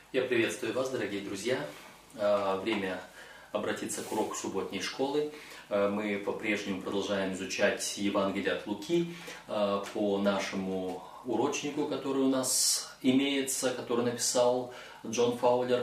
Я приветствую вас, дорогие друзья. Время обратиться к уроку субботней школы. Мы по-прежнему продолжаем изучать Евангелие от Луки по нашему урочнику, который у нас имеется, который написал Джон Фаулер.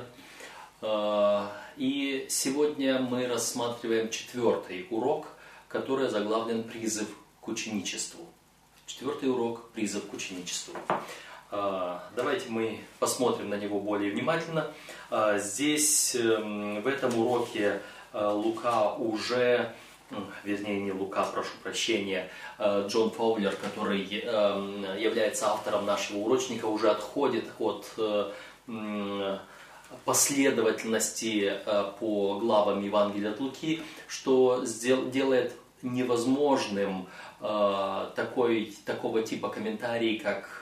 И сегодня мы рассматриваем 4-й урок, который озаглавлен «Призыв к ученичеству». 4-й урок «Призыв к ученичеству». Давайте мы посмотрим на него более внимательно. Здесь, в этом уроке, Лука уже, вернее не Лука, прошу прощения, Джон Фаулер, который является автором нашего урочника, уже отходит от последовательности по главам Евангелия от Луки, что делает невозможным такого типа комментарий, как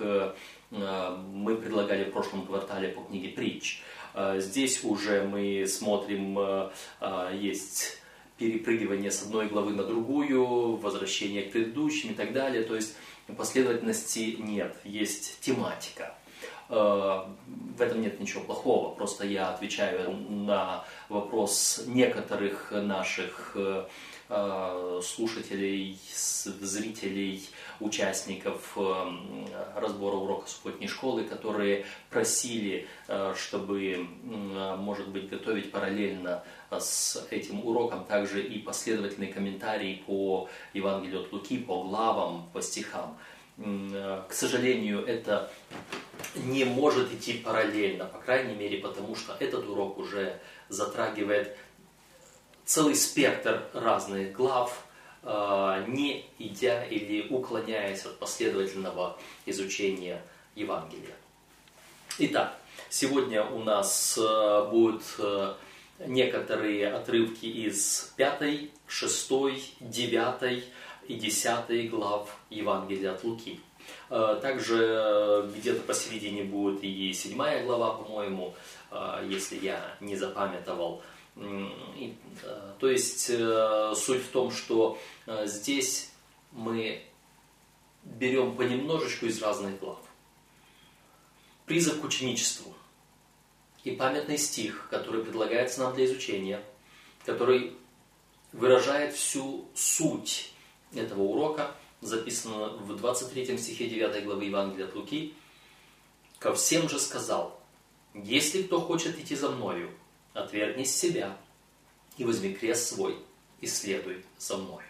мы предлагали в прошлом квартале по книге «Притч». Здесь уже мы смотрим, есть перепрыгивание с одной главы на другую, возвращение к предыдущим и так далее. То есть последовательности нет, есть тематика. В этом нет ничего плохого, просто я отвечаю на вопрос некоторых наших слушателей, зрителей, участников разбора урока субботней школы, которые просили, чтобы, может быть, готовить параллельно с этим уроком также и последовательный комментарий по Евангелию от Луки, по главам, по стихам. К сожалению, это не может идти параллельно, по крайней мере, потому что этот урок уже затрагивает целый спектр разных глав, не идя или уклоняясь от последовательного изучения Евангелия. Итак, сегодня у нас будут некоторые отрывки из 5, 6, 9 и 10 глав Евангелия от Луки. Также где-то посередине будет и 7 глава, по-моему, если я не запамятовал. То есть суть в том, что здесь мы берем понемножечку из разных глав. Призыв к ученичеству и памятный стих, который предлагается нам для изучения, который выражает всю суть этого урока, записано в 23 стихе 9 главы Евангелия от Луки. «Ко всем же сказал: если кто хочет идти за мною, отвергни себя и возьми крест свой и следуй за мной».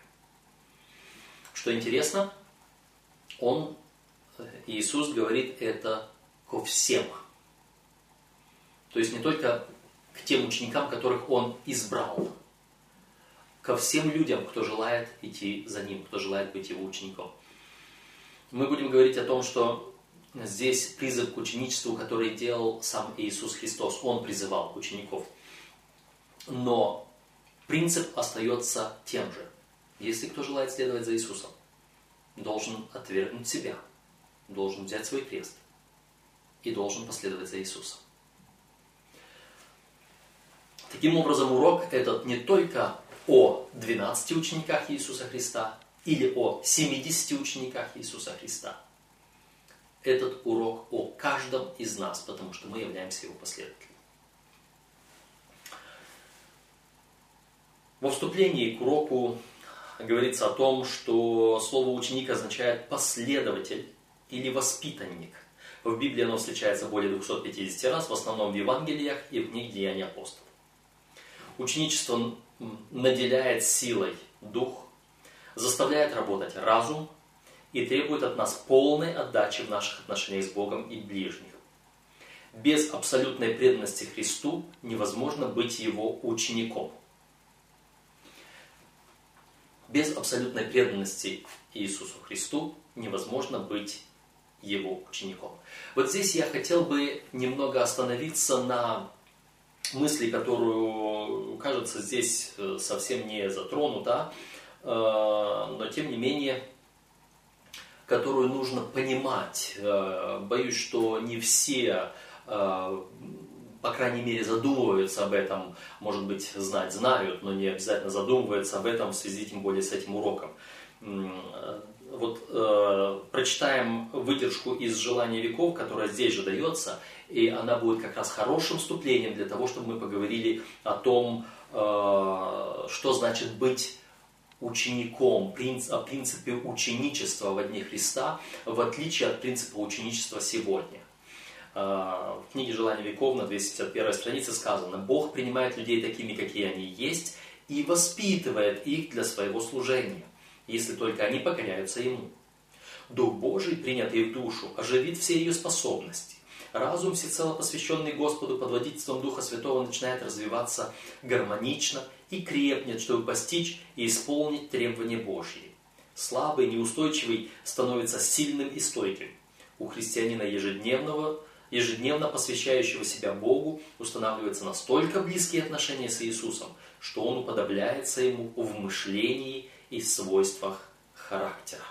Что интересно, Иисус говорит это ко всем. То есть не только к тем ученикам, которых Он избрал, ко всем людям, кто желает идти за Ним, кто желает быть Его учеником. Мы будем говорить о том, что здесь призыв к ученичеству, который делал сам Иисус Христос. Он призывал учеников. Но принцип остается тем же. Если кто желает следовать за Иисусом, должен отвергнуть себя, должен взять свой крест и должен последовать за Иисусом. Таким образом, урок этот не только о 12 учениках Иисуса Христа или о 70 учениках Иисуса Христа. Этот урок о каждом из нас, потому что мы являемся Его последователями. Во вступлении к уроку говорится о том, что слово «ученик» означает «последователь» или «воспитанник». В Библии оно встречается более 250 раз, в основном в Евангелиях и в книге «Деяния апостолов». Ученичество наделяет силой дух, заставляет работать разум и требует от нас полной отдачи в наших отношениях с Богом и ближних. Без абсолютной преданности Христу невозможно быть Его учеником. Без абсолютной преданности Иисусу Христу невозможно быть Его учеником. Вот здесь я хотел бы немного остановиться на мысли, которую, кажется, здесь совсем не затронута, но тем не менее, которую нужно понимать. Боюсь, что не все, по крайней мере, задумываются об этом, может быть, знают, но не обязательно задумываются об этом в связи, тем более, с этим уроком. прочитаем выдержку из «Желания веков», которая здесь же дается, и она будет как раз хорошим вступлением для того, чтобы мы поговорили о том, что значит быть учеником, о принципе ученичества во дни Христа, в отличие от принципа ученичества сегодня. В книге «Желания веков» на 251 странице сказано: «Бог принимает людей такими, какие они есть, и воспитывает их для своего служения, если только они покоряются Ему. Дух Божий, принятый в душу, оживит все ее способности. Разум, всецело посвященный Господу под водительством Духа Святого, начинает развиваться гармонично и крепнет, чтобы постичь и исполнить требования Божьи. Слабый, неустойчивый становится сильным и стойким. У христианина ежедневно посвящающего себя Богу устанавливаются настолько близкие отношения с Иисусом, что он уподобляется Ему в мышлении и свойствах характера».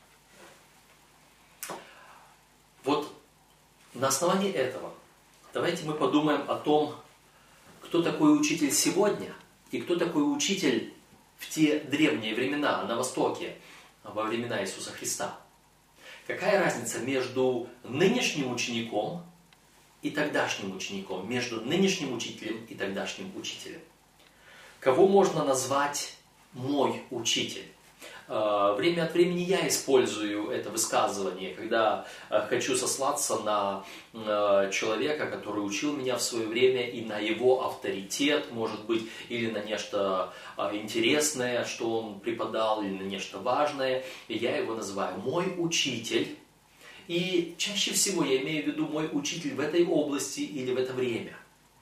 Вот на основании этого давайте мы подумаем о том, кто такой учитель сегодня и кто такой учитель в те древние времена на Востоке, во времена Иисуса Христа. Какая разница между нынешним учеником и тогдашним учеником, между нынешним учителем и тогдашним учителем? Кого можно назвать «мой учитель»? Время от времени я использую это высказывание, когда хочу сослаться на человека, который учил меня в свое время, и на его авторитет, может быть, или на нечто интересное, что он преподал, или на нечто важное. И я его называю «мой учитель». И чаще всего я имею в виду мой учитель в этой области или в это время.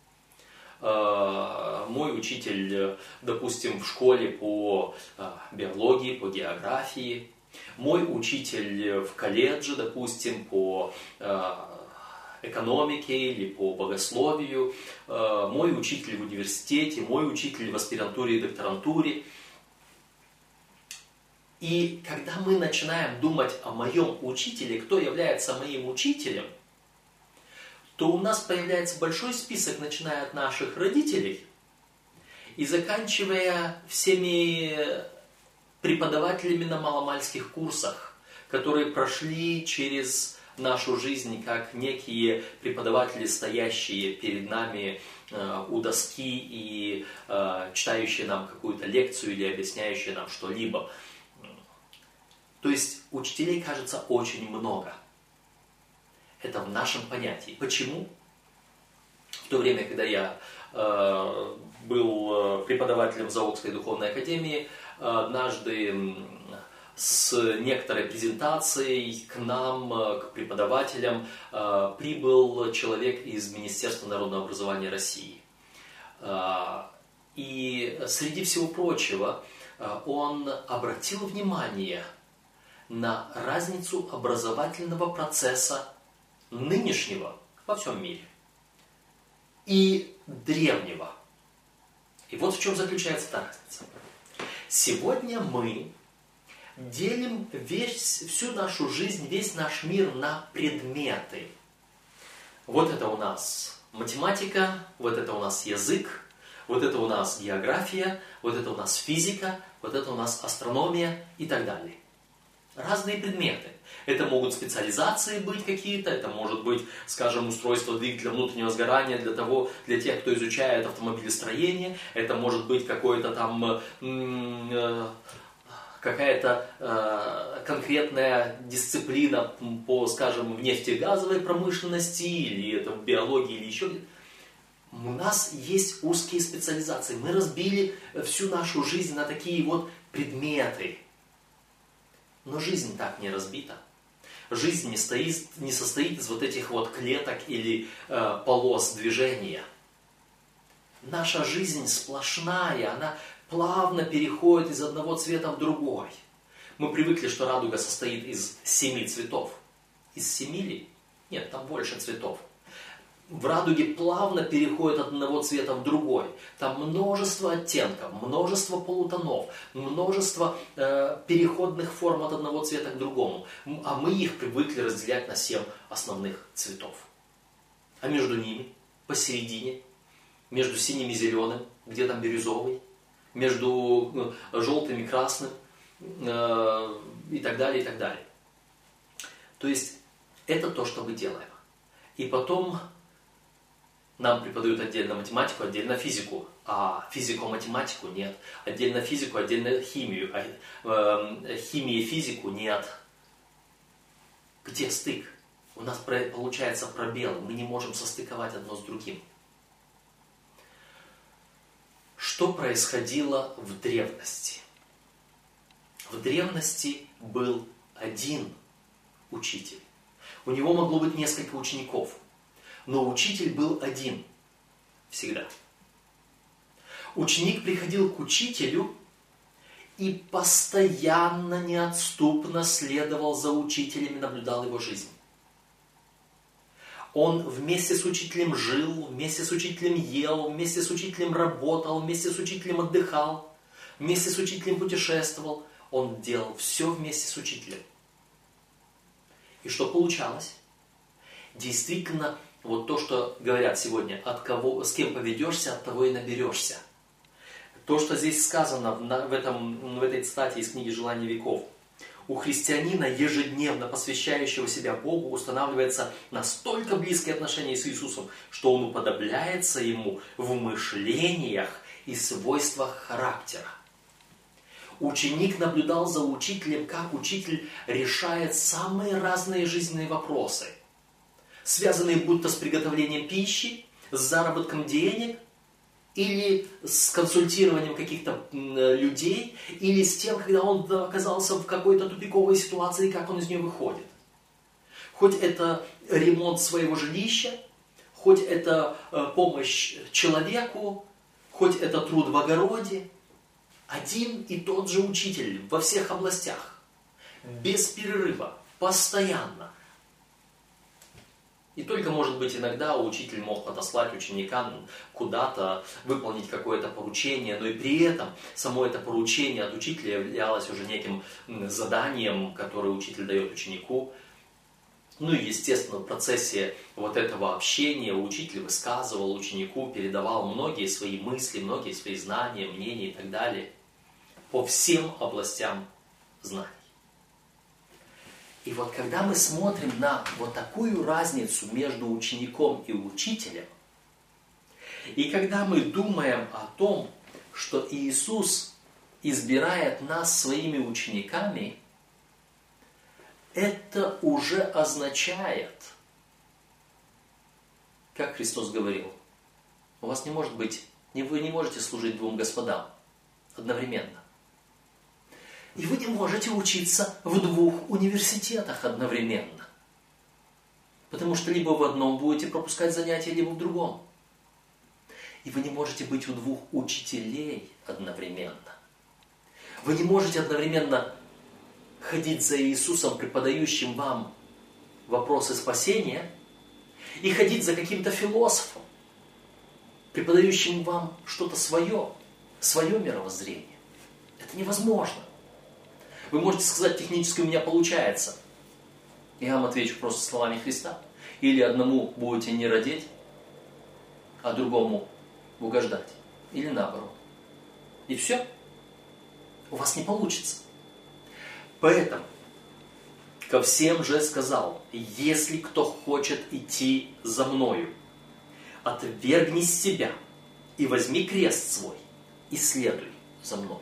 Мой учитель, допустим, в школе по биологии, по географии. Мой учитель в колледже, допустим, по экономике или по богословию. Мой учитель в университете, мой учитель в аспирантуре и докторантуре. И когда мы начинаем думать о моем учителе, кто является моим учителем, то у нас появляется большой список, начиная от наших родителей и заканчивая всеми преподавателями на маломальских курсах, которые прошли через нашу жизнь как некие преподаватели, стоящие перед нами у доски и читающие нам какую-то лекцию или объясняющие нам что-либо. То есть учителей, кажется, очень много. Это в нашем понятии. Почему? В то время, когда я был преподавателем в Заокской духовной академии, однажды с некоторой презентацией к нам, к преподавателям, прибыл человек из Министерства народного образования России. И среди всего прочего, он обратил внимание на разницу образовательного процесса нынешнего во всем мире и древнего. И вот в чем заключается эта разница. Сегодня мы делим всю нашу жизнь, весь наш мир на предметы. Вот это у нас математика, вот это у нас язык, вот это у нас география, вот это у нас физика, вот это у нас астрономия и так далее. Разные предметы. Это могут специализации быть какие-то, это может быть, скажем, устройство двигателя внутреннего сгорания для тех, кто изучает автомобилестроение, это может быть какое-то там какая-то конкретная дисциплина по, скажем, в нефтегазовой промышленности, или это в биологии, или еще где-то. У нас есть узкие специализации. Мы разбили всю нашу жизнь на такие вот предметы. Но жизнь так не разбита. Жизнь не состоит из вот этих вот клеток или полос движения. Наша жизнь сплошная, она плавно переходит из одного цвета в другой. Мы привыкли, что радуга состоит из 7 цветов. Из 7 ли? Нет, там больше цветов. В радуге плавно переходит от одного цвета в другой. Там множество оттенков, множество полутонов, множество переходных форм от одного цвета к другому. А мы их привыкли разделять на 7 основных цветов. А между ними, посередине, между синим и зеленым, где там бирюзовый, между желтым и красным, и так далее, и так далее. То есть это то, что мы делаем. И потом нам преподают отдельно математику, отдельно физику, а физико-математику нет. Отдельно физику, отдельно химию, химии и физику нет. Где стык? У нас получается пробел, мы не можем состыковать одно с другим. Что происходило в древности? В древности был один учитель. У него могло быть несколько учеников, но учитель был один всегда. Ученик приходил к учителю и постоянно, неотступно следовал за учителем и наблюдал его жизнь. Он вместе с учителем жил, вместе с учителем ел, вместе с учителем работал, вместе с учителем отдыхал, вместе с учителем путешествовал. Он делал все вместе с учителем. И что получалось? Действительно, вот то, что говорят сегодня, с кем поведешься, от того и наберешься. То, что здесь сказано в этой цитате из книги «Желания веков». У христианина, ежедневно посвящающего себя Богу, устанавливается настолько близкое отношение с Иисусом, что он уподобляется Ему в мышлениях и свойствах характера. Ученик наблюдал за учителем, как учитель решает самые разные жизненные вопросы, связанные будто с приготовлением пищи, с заработком денег, или с консультированием каких-то людей, или с тем, когда он оказался в какой-то тупиковой ситуации, как он из нее выходит. Хоть это ремонт своего жилища, хоть это помощь человеку, хоть это труд в огороде. Один и тот же учитель во всех областях, без перерыва, постоянно. И только, может быть, иногда учитель мог отослать ученика куда-то, выполнить какое-то поручение, но и при этом само это поручение от учителя являлось уже неким заданием, которое учитель дает ученику. Ну и, естественно, в процессе вот этого общения учитель высказывал ученику, передавал многие свои мысли, многие свои знания, мнения и так далее по всем областям знаний. И вот когда мы смотрим на вот такую разницу между учеником и учителем, и когда мы думаем о том, что Иисус избирает нас своими учениками, это уже означает, как Христос говорил, у вас не может быть, вы не можете служить двум господам одновременно. И вы не можете учиться в двух университетах одновременно. Потому что либо в одном будете пропускать занятия, либо в другом. И вы не можете быть у двух учителей одновременно. Вы не можете одновременно ходить за Иисусом, преподающим вам вопросы спасения, и ходить за каким-то философом, преподающим вам что-то свое мировоззрение. Это невозможно. Вы можете сказать, технически у меня получается. Я вам отвечу просто словами Христа. Или одному будете не родить, а другому угождать. Или наоборот. И все. У вас не получится. Поэтому ко всем же сказал, если кто хочет идти за мною, отвергни себя и возьми крест свой и следуй за мною.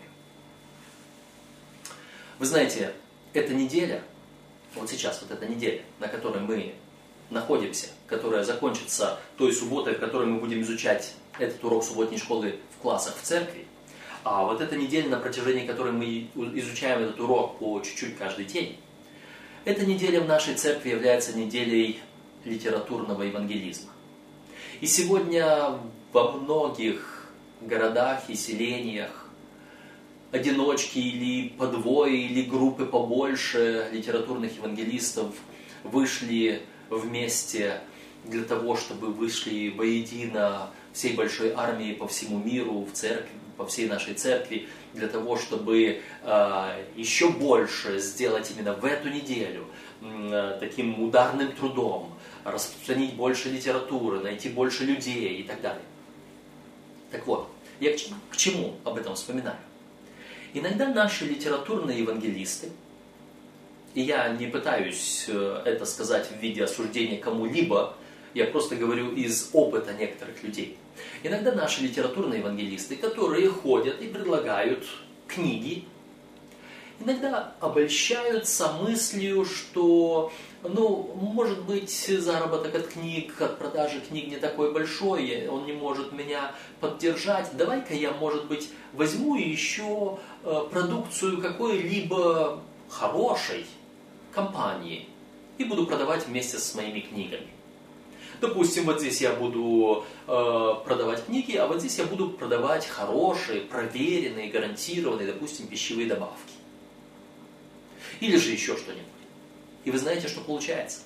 Вы знаете, эта неделя, вот сейчас вот эта неделя, на которой мы находимся, которая закончится той субботой, в которой мы будем изучать этот урок субботней школы в классах в церкви, а вот эта неделя, на протяжении которой мы изучаем этот урок по чуть-чуть каждый день, эта неделя в нашей церкви является неделей литературного евангелизма. И сегодня во многих городах и селениях одиночки или по двое, или группы побольше литературных евангелистов вышли вместе для того, чтобы вышли воедино всей большой армией по всему миру, в церкви, по всей нашей церкви, для того, чтобы еще больше сделать именно в эту неделю таким ударным трудом, распространить больше литературы, найти больше людей и так далее. Так вот, я к чему об этом вспоминаю? Иногда наши литературные евангелисты, и я не пытаюсь это сказать в виде осуждения кому-либо, я просто говорю из опыта некоторых людей. Иногда наши литературные евангелисты, которые ходят и предлагают книги, иногда обольщаются мыслью, что, может быть, заработок от книг, от продажи книг не такой большой, он не может меня поддержать. Давай-ка я, может быть, возьму еще продукцию какой-либо хорошей компании и буду продавать вместе с моими книгами. Допустим, вот здесь я буду продавать книги, а вот здесь я буду продавать хорошие, проверенные, гарантированные, допустим, пищевые добавки. Или же еще что-нибудь. И вы знаете, что получается?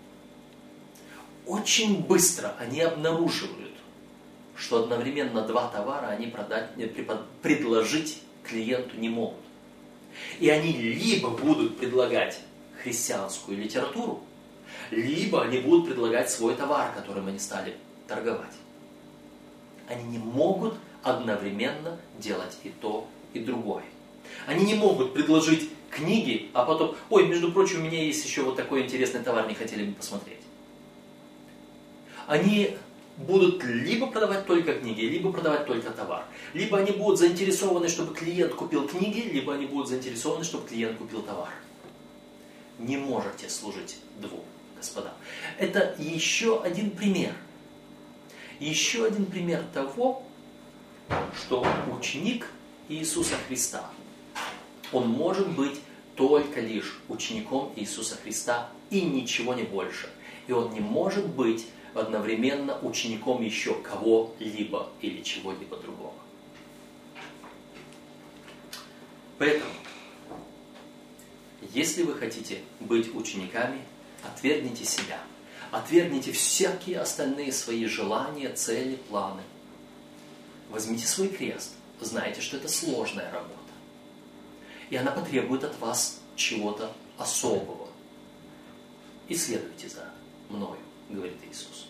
Очень быстро они обнаруживают, что одновременно два товара они предложить клиенту не могут. И они либо будут предлагать христианскую литературу, либо они будут предлагать свой товар, которым они стали торговать. Они не могут одновременно делать и то, и другое. Они не могут предложить книги, а потом, между прочим, у меня есть еще вот такой интересный товар, не хотели бы посмотреть. Они будут либо продавать только книги, либо продавать только товар. Либо они будут заинтересованы, чтобы клиент купил книги, либо они будут заинтересованы, чтобы клиент купил товар. Не можете служить двум господам. Это еще один пример. Еще один пример того, что ученик Иисуса Христа, он может быть только лишь учеником Иисуса Христа и ничего не больше. И он не может быть одновременно учеником еще кого-либо или чего-либо другого. Поэтому, если вы хотите быть учениками, отвергните себя, отвергните всякие остальные свои желания, цели, планы. Возьмите свой крест, знайте, что это сложная работа. И она потребует от вас чего-то особого. И следуйте за мною, говорит Иисус.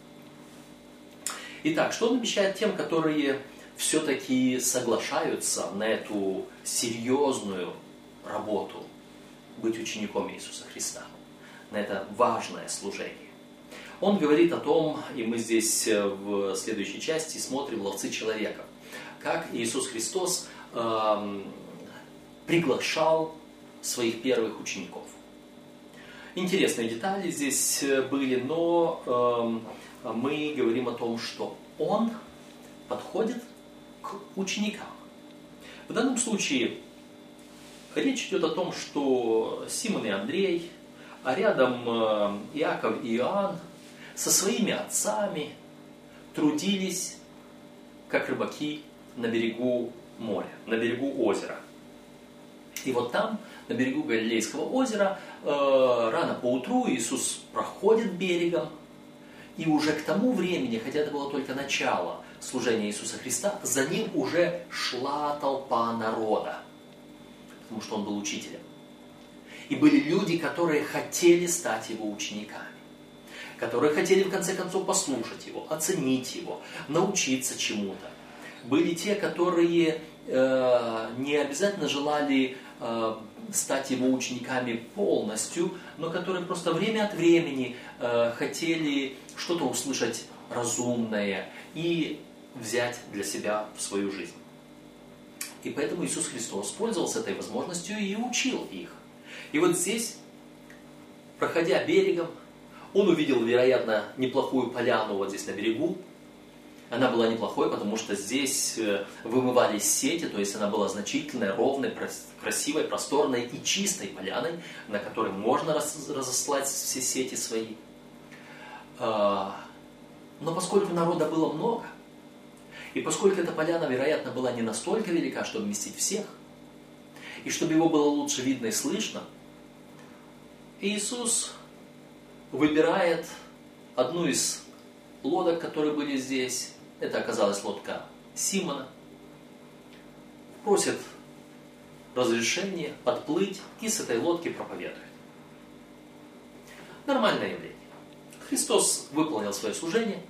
Итак, что он обещает тем, которые все-таки соглашаются на эту серьезную работу быть учеником Иисуса Христа, на это важное служение? Он говорит о том, и мы здесь в следующей части смотрим «Ловцы человека», как Иисус Христос приглашал своих первых учеников. Интересные детали здесь были, но мы говорим о том, что Он подходит к ученикам. В данном случае речь идет о том, что Симон и Андрей, а рядом Иаков и Иоанн со своими отцами трудились, как рыбаки, на берегу моря, на берегу озера. И вот там, на берегу Галилейского озера, рано поутру Иисус проходит берегом, и уже к тому времени, хотя это было только начало служения Иисуса Христа, за ним уже шла толпа народа, потому что он был учителем. И были люди, которые хотели стать его учениками, которые хотели в конце концов послушать его, оценить его, научиться чему-то. Были те, которые не обязательно желали стать его учениками полностью, но которые просто время от времени хотели что-то услышать разумное и взять для себя в свою жизнь. И поэтому Иисус Христос пользовался этой возможностью и учил их. И вот здесь, проходя берегом, он увидел, вероятно, неплохую поляну вот здесь на берегу. Она была неплохой, потому что здесь вымывались сети, то есть она была значительной, ровной, красивой, просторной и чистой поляной, на которой можно разослать все сети свои. Но поскольку народа было много, и поскольку эта поляна, вероятно, была не настолько велика, чтобы вместить всех, и чтобы его было лучше видно и слышно, Иисус выбирает одну из лодок, которые были здесь. Это оказалась лодка Симона. Просит разрешения отплыть и с этой лодки проповедует. Нормальное явление. Христос выполнил свое служение,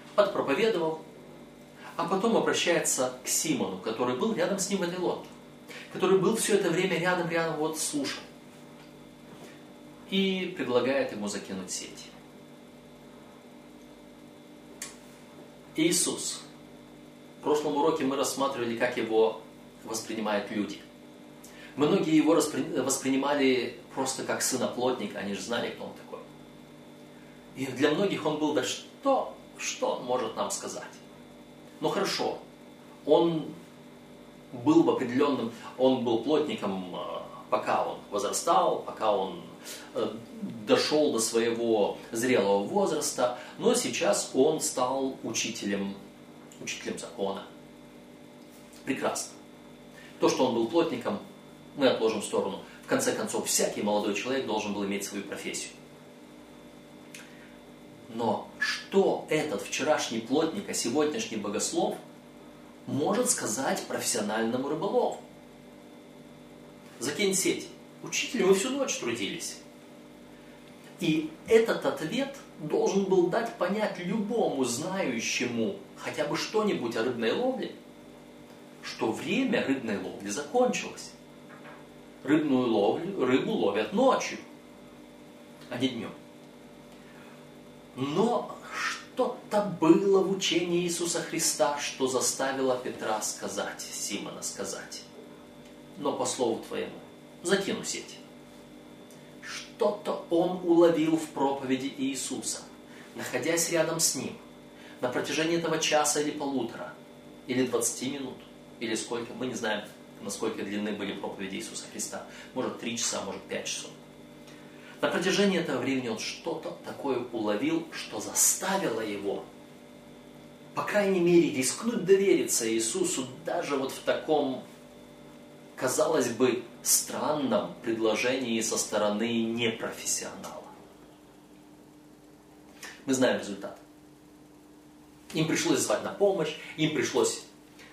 отпроповедовал, а потом обращается к Симону, который был рядом с ним в этой лодке. который был все это время рядом, вот слушал. И предлагает ему закинуть сеть. Иисус. В прошлом уроке мы рассматривали, как его воспринимают люди. Многие его воспринимали просто как сына плотника, они же знали, кто он такой. И для многих он был, да что он может нам сказать? Ну хорошо, он был плотником, пока он возрастал, пока он дошел до своего зрелого возраста, но сейчас он стал учителем закона. Прекрасно. То, что он был плотником, мы отложим в сторону. В конце концов, всякий молодой человек должен был иметь свою профессию. Но что этот вчерашний плотник, а сегодняшний богослов может сказать профессиональному рыболову? Закинь сеть. Учитель, мы всю ночь трудились. И этот ответ должен был дать понять любому знающему хотя бы что-нибудь о рыбной ловле, что время рыбной ловли закончилось. Рыбу ловят ночью, а не днем. Но что-то было в учении Иисуса Христа, что заставило Петра Симона сказать: но по слову твоему закину сеть. Что-то он уловил в проповеди Иисуса, находясь рядом с ним, на протяжении этого часа или полутора, или 20 минут, или сколько, мы не знаем, насколько длинны были проповеди Иисуса Христа. Может 3 часа, может 5 часов. На протяжении этого времени он что-то такое уловил, что заставило его, по крайней мере, рискнуть довериться Иисусу даже вот в таком, казалось бы, странном предложении со стороны непрофессионала. Мы знаем результат. Им пришлось звать на помощь, им пришлось...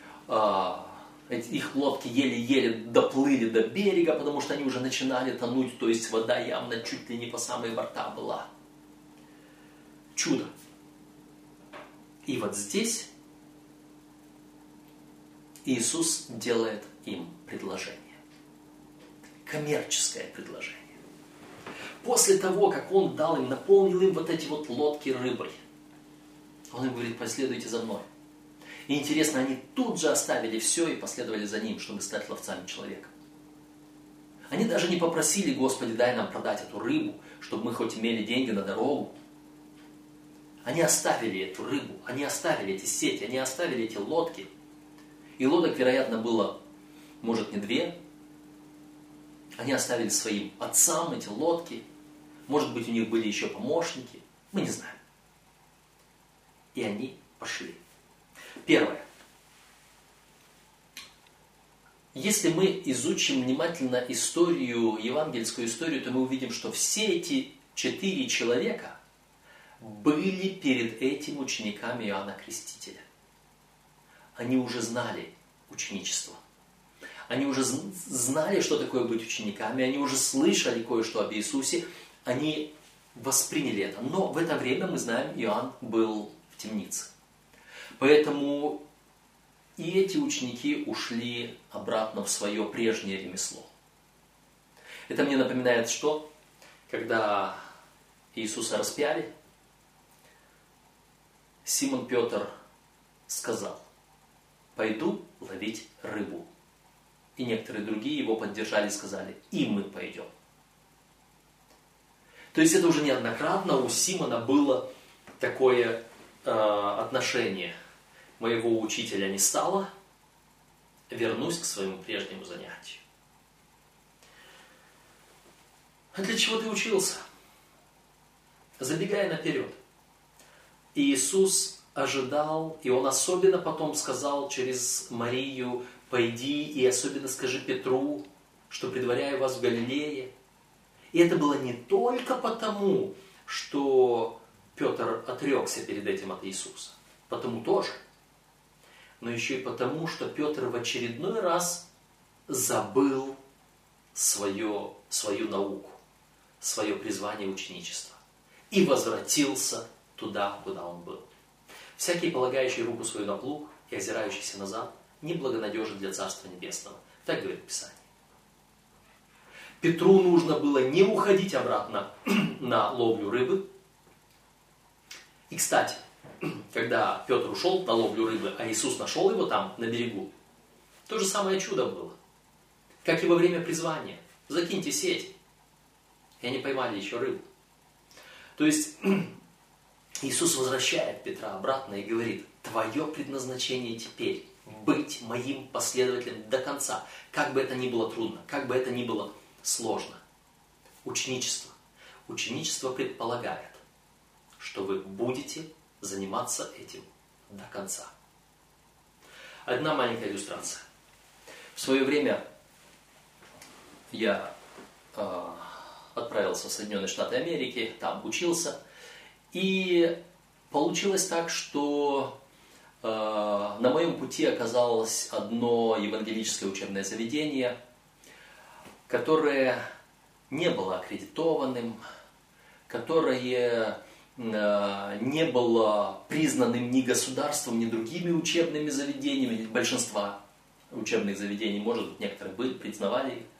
Их лодки еле-еле доплыли до берега, потому что они уже начинали тонуть, то есть вода явно чуть ли не по самые борта была. Чудо. И вот здесь Иисус делает им предложение. Коммерческое предложение. После того, как Он дал им, наполнил им вот эти вот лодки рыбой, Он им говорит: последуйте за мной. И интересно, они тут же оставили все и последовали за Ним, чтобы стать ловцами человека. Они даже не попросили: Господи, дай нам продать эту рыбу, чтобы мы хоть имели деньги на дорогу. Они оставили эту рыбу, они оставили эти сети, они оставили эти лодки. И лодок, вероятно, было, может, не 2. Они оставили своим отцам эти лодки. Может быть, у них были еще помощники. Мы не знаем. И они пошли. Первое. Если мы изучим внимательно историю, евангельскую историю, то мы увидим, что все эти 4 человека были перед этим учениками Иоанна Крестителя. Они уже знали ученичество. Они уже знали, что такое быть учениками. Они уже слышали кое-что об Иисусе. Они восприняли это. Но в это время, мы знаем, Иоанн был в темнице. Поэтому и эти ученики ушли обратно в свое прежнее ремесло. Это мне напоминает что? Когда Иисуса распяли, Симон Петр сказал: пойду ловить рыбу. И некоторые другие его поддержали и сказали: и мы пойдем. То есть это уже неоднократно у Симона было такое отношение: моего учителя не стало, вернусь к своему прежнему занятию. А для чего ты учился? Забегая наперед, Иисус ожидал, и Он особенно потом сказал через Марию: пойди и особенно скажи Петру, что предваряю вас в Галилее. И это было не только потому, что Петр отрекся перед этим от Иисуса, потому тоже, но еще и потому, что Петр в очередной раз забыл свою науку, свое призвание ученичества и возвратился туда, куда он был. Всякий, полагающий руку свою на плуг и озирающийся назад, неблагонадежен для Царства Небесного. Так говорит Писание. Петру нужно было не уходить обратно на ловлю рыбы. И, кстати, когда Петр ушел на ловлю рыбы, а Иисус нашел его там, на берегу, то же самое чудо было. Как и во время призвания. Закиньте сеть. И они поймали еще рыбу. То есть Иисус возвращает Петра обратно и говорит: твое предназначение теперь быть моим последователем до конца. Как бы это ни было трудно, как бы это ни было сложно. Ученичество. Ученичество предполагает, что вы будете заниматься этим до конца. Одна маленькая иллюстрация. В свое время я отправился в Соединенные Штаты Америки, там учился. И получилось так, что на моем пути оказалось одно евангелическое учебное заведение, которое не было аккредитованным, которое не было признанным ни государством, ни другими учебными заведениями, большинства учебных заведений, может быть, некоторые признавали их.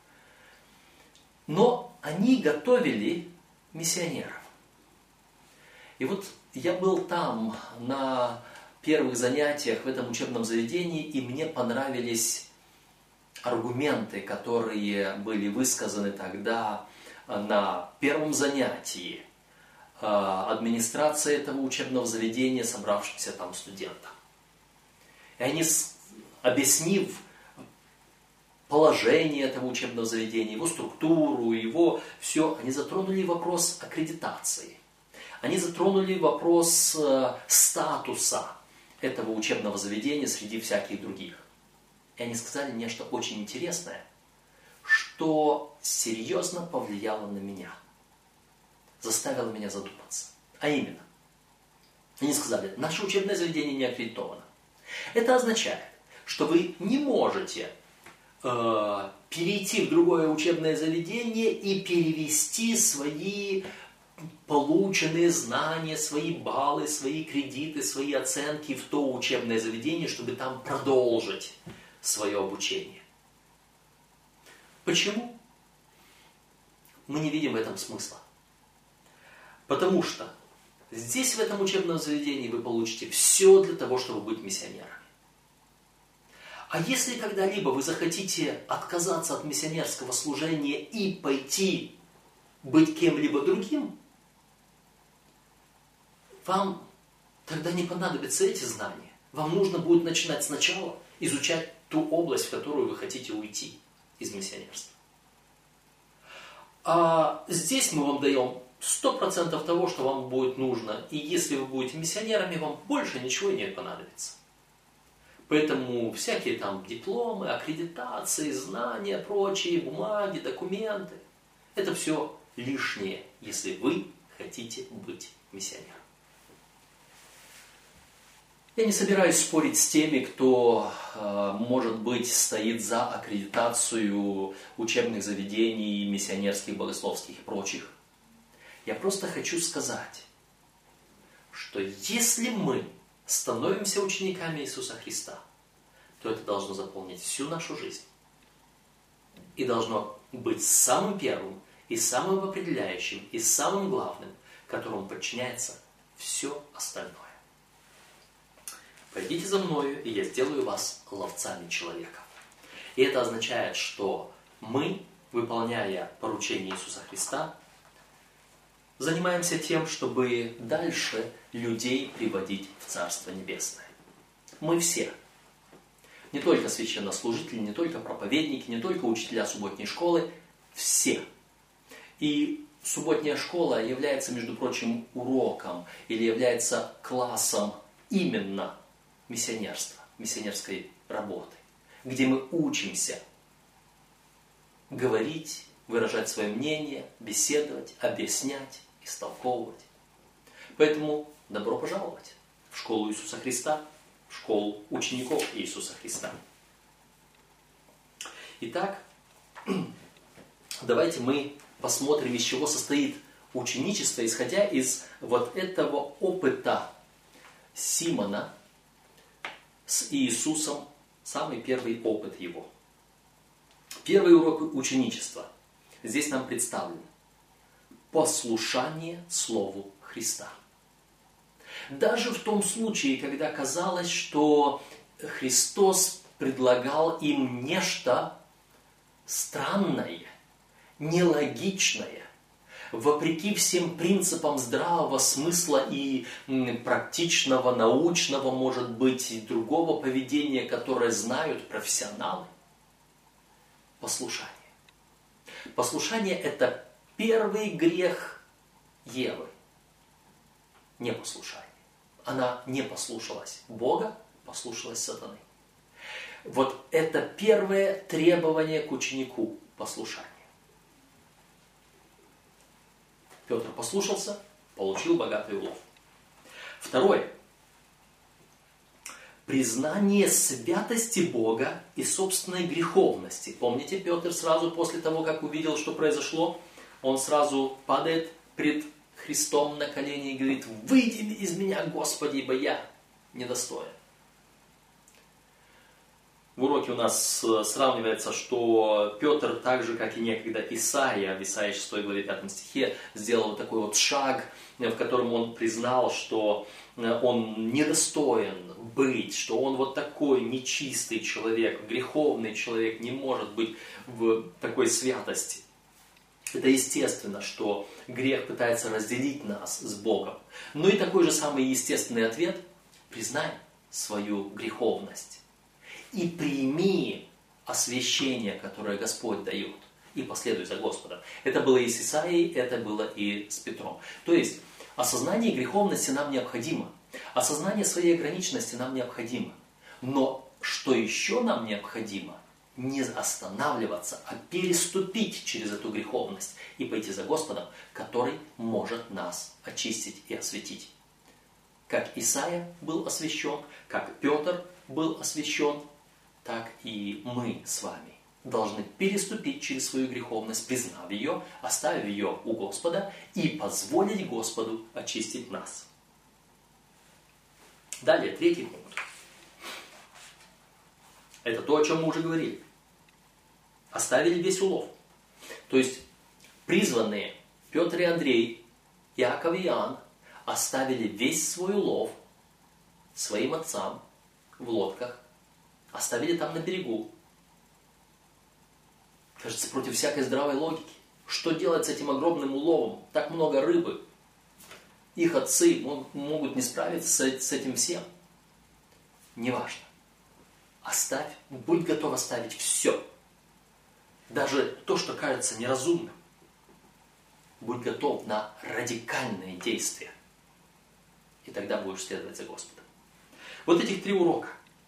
Но они готовили миссионеров. И вот я был там на первых занятиях в этом учебном заведении, и мне понравились аргументы, которые были высказаны тогда на первом занятии администрации этого учебного заведения, собравшимся там студентам. И они, объяснив положение этого учебного заведения, его структуру, его все, они затронули вопрос аккредитации. Они затронули вопрос статуса этого учебного заведения среди всяких других. И они сказали нечто очень интересное, что серьезно повлияло на меня, заставило меня задуматься. А именно, они сказали: наше учебное заведение не аккредитовано. Это означает, что вы не можете перейти в другое учебное заведение и перевести свои полученные знания, свои баллы, свои кредиты, свои оценки в то учебное заведение, чтобы там продолжить свое обучение. Почему? Мы не видим в этом смысла. Потому что здесь, в этом учебном заведении, вы получите все для того, чтобы быть миссионером. А если когда-либо вы захотите отказаться от миссионерского служения и пойти быть кем-либо другим, вам тогда не понадобятся эти знания. Вам нужно будет начинать сначала изучать ту область, в которую вы хотите уйти из миссионерства. А здесь мы вам даем 100% того, что вам будет нужно. И если вы будете миссионерами, вам больше ничего не понадобится. Поэтому всякие там дипломы, аккредитации, знания, прочие бумаги, документы, это все лишнее, если вы хотите быть миссионером. Я не собираюсь спорить с теми, кто, может быть, стоит за аккредитацию учебных заведений, миссионерских, богословских и прочих. Я просто хочу сказать, что если мы становимся учениками Иисуса Христа, то это должно заполнить всю нашу жизнь. И должно быть самым первым, и самым определяющим, и самым главным, которому подчиняется все остальное. Пойдите за мною, и я сделаю вас ловцами человека. И это означает, что мы, выполняя поручение Иисуса Христа, занимаемся тем, чтобы дальше людей приводить в Царство Небесное. Мы все. Не только священнослужители, не только проповедники, не только учителя субботней школы. Все. И субботняя школа является, между прочим, уроком или является классом именно миссионерства, миссионерской работы, где мы учимся говорить, выражать свое мнение, беседовать, объяснять, истолковывать. Поэтому добро пожаловать в школу Иисуса Христа, в школу учеников Иисуса Христа. Итак, давайте мы посмотрим, из чего состоит ученичество, исходя из вот этого опыта Симона с Иисусом, самый первый опыт его. Первый урок ученичества. Здесь нам представлен послушание Слову Христа. Даже в том случае, когда казалось, что Христос предлагал им нечто странное, нелогичное, вопреки всем принципам здравого смысла и практичного, научного, может быть, и другого поведения, которое знают профессионалы. Послушание. Послушание – это первый грех Евы. Непослушание. Она не послушалась Бога, послушалась сатаны. Вот это первое требование к ученику – послушание. Петр послушался, получил богатый улов. Второе. Признание святости Бога и собственной греховности. Помните, Петр сразу после того, как увидел, что произошло, он сразу падает пред Христом на колени и говорит: «Выйди из меня, Господи, ибо я недостоин». В уроке у нас сравнивается, что Петр, так же, как и некогда Исаия, в Исаии 6 главе 5 стихе, сделал такой вот шаг, в котором он признал, что он недостоин быть, что он вот такой нечистый человек, греховный человек, не может быть в такой святости. Это естественно, что грех пытается разделить нас с Богом. Но и такой же самый естественный ответ – признай свою греховность. И прими освящение, которое Господь дает, и последуй за Господом. Это было и с Исаией, это было и с Петром. То есть, осознание греховности нам необходимо. Осознание своей ограниченности нам необходимо. Но что еще нам необходимо? Не останавливаться, а переступить через эту греховность и пойти за Господом, который может нас очистить и осветить. Как Исаия был освящен, как Петр был освящен, так и мы с вами должны переступить через свою греховность, признав ее, оставив ее у Господа и позволить Господу очистить нас. Далее, третий пункт. Это то, о чем мы уже говорили. Оставили весь улов. То есть, призванные Петр и Андрей, Иаков и Иоанн оставили весь свой улов своим отцам в лодках, оставили там на берегу. Кажется, против всякой здравой логики. Что делать с этим огромным уловом? Так много рыбы. Их отцы могут не справиться с этим всем. Неважно. Оставь, будь готов оставить все. Даже то, что кажется неразумным. Будь готов на радикальные действия. И тогда будешь следовать за Господом. Вот этих 3 урока.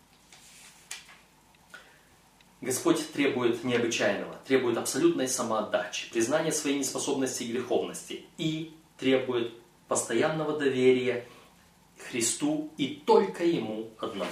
Господь требует необычайного, требует абсолютной самоотдачи, признания своей неспособности и греховности и требует постоянного доверия Христу и только Ему одному.